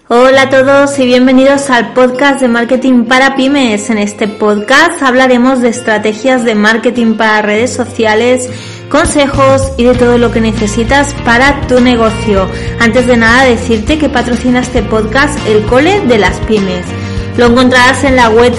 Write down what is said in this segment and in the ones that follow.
Hola a todos y bienvenidos al podcast de Marketing para Pymes. En este podcast hablaremos de estrategias de marketing para redes sociales, consejos y de todo lo que necesitas para tu negocio. Antes de nada decirte que patrocina este podcast el Cole de las Pymes. Lo encontrarás en la web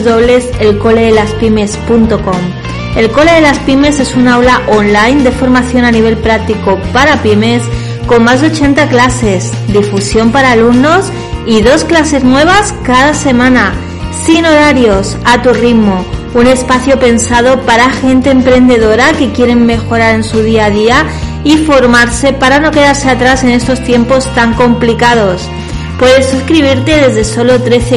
www.elcoledelaspymes.com. El Cole de las Pymes es un aula online de formación a nivel práctico para pymes con más de 80 clases, difusión para alumnos y 2 clases nuevas cada semana, sin horarios, a tu ritmo. Un espacio pensado para gente emprendedora que quieren mejorar en su día a día y formarse para no quedarse atrás en estos tiempos tan complicados. Puedes suscribirte desde solo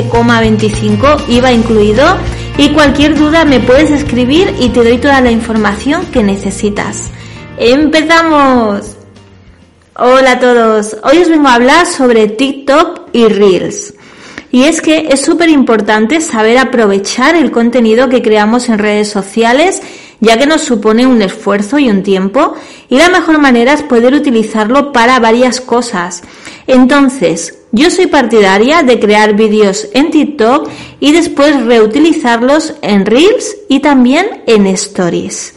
13,25 IVA incluido y cualquier duda me puedes escribir y te doy toda la información que necesitas. ¡Empezamos! Hola a todos, hoy os vengo a hablar sobre TikTok y Reels. Y es que es súper importante saber aprovechar el contenido que creamos en redes sociales, ya que nos supone un esfuerzo y un tiempo, y la mejor manera es poder utilizarlo para varias cosas. Entonces, yo soy partidaria de crear vídeos en TikTok y después reutilizarlos en Reels y también en Stories.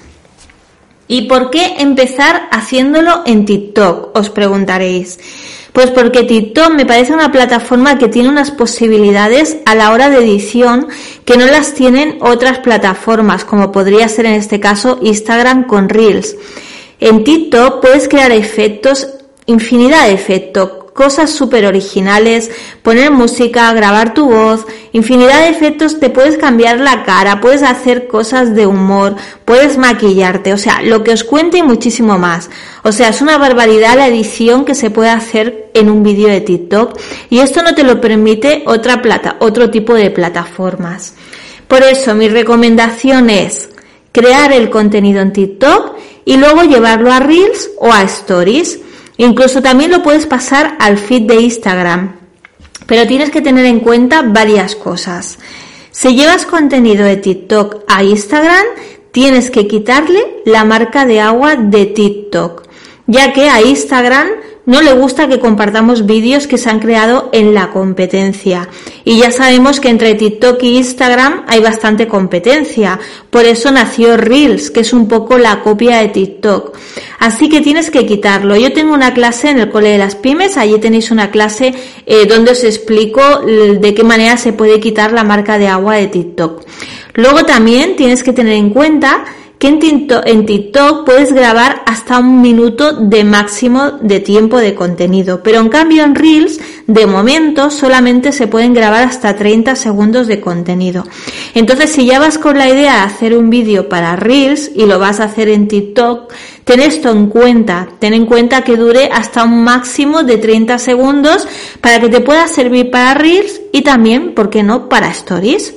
¿Y por qué empezar haciéndolo en TikTok? Os preguntaréis. Pues porque TikTok me parece una plataforma que tiene unas posibilidades a la hora de edición que no las tienen otras plataformas, como podría ser en este caso Instagram con Reels. En TikTok puedes crear efectos, infinidad de efectos, cosas súper originales, poner música, grabar tu voz, infinidad de efectos, te puedes cambiar la cara, puedes hacer cosas de humor, puedes maquillarte, o sea, lo que os cuente y muchísimo más. O sea, es una barbaridad la edición que se puede hacer en un vídeo de TikTok y esto no te lo permite otro tipo de plataformas. Por eso mi recomendación es crear el contenido en TikTok y luego llevarlo a Reels o a Stories. Incluso también lo puedes pasar al feed de Instagram, pero tienes que tener en cuenta varias cosas. Si llevas contenido de TikTok a Instagram, tienes que quitarle la marca de agua de TikTok, ya que a Instagram no le gusta que compartamos vídeos que se han creado en la competencia. Y ya sabemos que entre TikTok y Instagram hay bastante competencia. Por eso nació Reels, que es un poco la copia de TikTok. Así que tienes que quitarlo. Yo tengo una clase en el Cole de las Pymes. Allí tenéis una clase donde os explico de qué manera se puede quitar la marca de agua de TikTok. Luego también tienes que tener en cuenta que en TikTok puedes grabar hasta 1 minuto de máximo de tiempo de contenido, pero en cambio en Reels, de momento, solamente se pueden grabar hasta 30 segundos de contenido. Entonces, si ya vas con la idea de hacer un vídeo para Reels y lo vas a hacer en TikTok, ten esto en cuenta. Ten en cuenta que dure hasta un máximo de 30 segundos para que te pueda servir para Reels y también, ¿por qué no?, para Stories.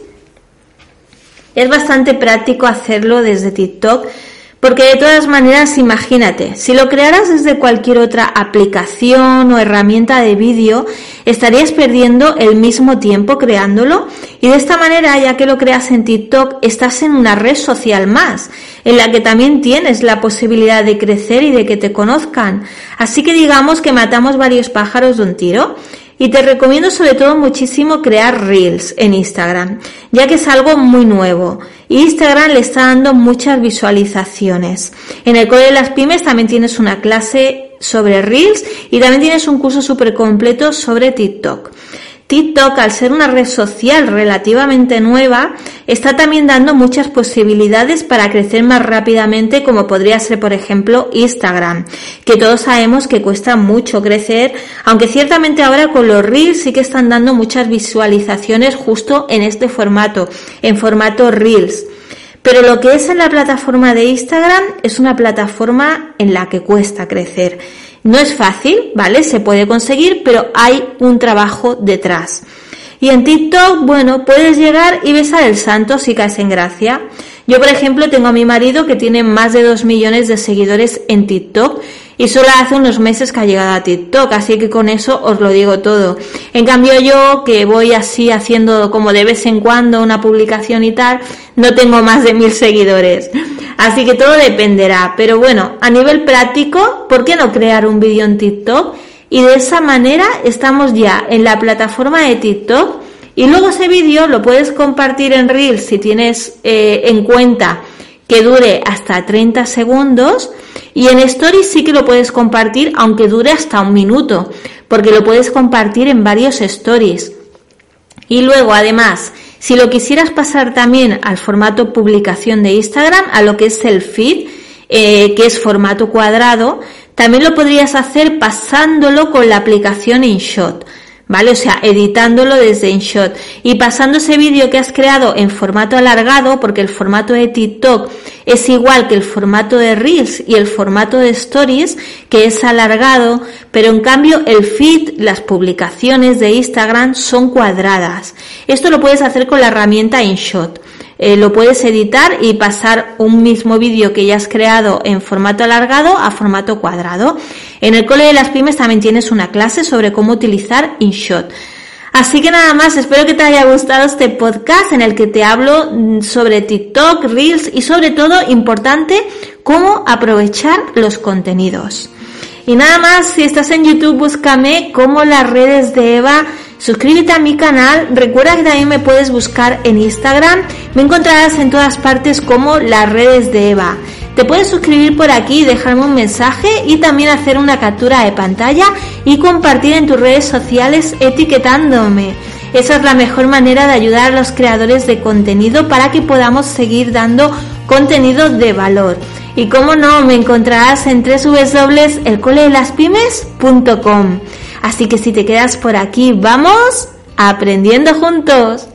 Es bastante práctico hacerlo desde TikTok porque de todas maneras, imagínate, si lo crearas desde cualquier otra aplicación o herramienta de vídeo, estarías perdiendo el mismo tiempo creándolo y de esta manera, ya que lo creas en TikTok, estás en una red social más, en la que también tienes la posibilidad de crecer y de que te conozcan. Así que digamos que matamos varios pájaros de un tiro. Y te recomiendo sobre todo muchísimo crear Reels en Instagram, ya que es algo muy nuevo. Instagram le está dando muchas visualizaciones. En el Cole de las Pymes también tienes una clase sobre Reels y también tienes un curso súper completo sobre TikTok. TikTok, al ser una red social relativamente nueva, está también dando muchas posibilidades para crecer más rápidamente, como podría ser, por ejemplo, Instagram, que todos sabemos que cuesta mucho crecer, aunque ciertamente ahora con los Reels sí que están dando muchas visualizaciones justo en este formato, en formato Reels. Pero lo que es en la plataforma de Instagram es una plataforma en la que cuesta crecer. No es fácil, ¿vale? Se puede conseguir, pero hay un trabajo detrás. Y en TikTok, bueno, puedes llegar y besar el santo si caes en gracia. Yo, por ejemplo, tengo a mi marido que tiene más de 2 millones de seguidores en TikTok y solo hace unos meses que ha llegado a TikTok, así que con eso os lo digo todo. En cambio yo, que voy así haciendo como de vez en cuando una publicación y tal, no tengo más de 1000 seguidores. Así que todo dependerá, pero bueno, a nivel práctico, ¿por qué no crear un vídeo en TikTok y de esa manera estamos ya en la plataforma de TikTok y luego ese vídeo lo puedes compartir en Reels si tienes en cuenta que dure hasta 30 segundos y en Stories sí que lo puedes compartir aunque dure hasta 1 minuto porque lo puedes compartir en varios Stories. Y luego además, si lo quisieras pasar también al formato publicación de Instagram, a lo que es el feed, que es formato cuadrado, también lo podrías hacer pasándolo con la aplicación InShot, ¿vale? O sea, editándolo desde InShot y pasando ese vídeo que has creado en formato alargado, porque el formato de TikTok es igual que el formato de Reels y el formato de Stories, que es alargado, pero en cambio el feed, las publicaciones de Instagram son cuadradas. Esto lo puedes hacer con la herramienta InShot. Lo puedes editar y pasar un mismo vídeo que ya has creado en formato alargado a formato cuadrado. En el Cole de las Pymes también tienes una clase sobre cómo utilizar InShot. Así que nada más, espero que te haya gustado este podcast en el que te hablo sobre TikTok, Reels y sobre todo, importante, cómo aprovechar los contenidos. Y nada más, si estás en YouTube, búscame como Las Redes de Eva. Suscríbete a mi canal, recuerda que también me puedes buscar en Instagram, me encontrarás en todas partes como Las Redes de Eva. Te puedes suscribir por aquí, dejarme un mensaje y también hacer una captura de pantalla y compartir en tus redes sociales etiquetándome. Esa es la mejor manera de ayudar a los creadores de contenido para que podamos seguir dando contenido de valor. Y como no, me encontrarás en www.elcoledelaspymes.com. Así que si te quedas por aquí, vamos aprendiendo juntos.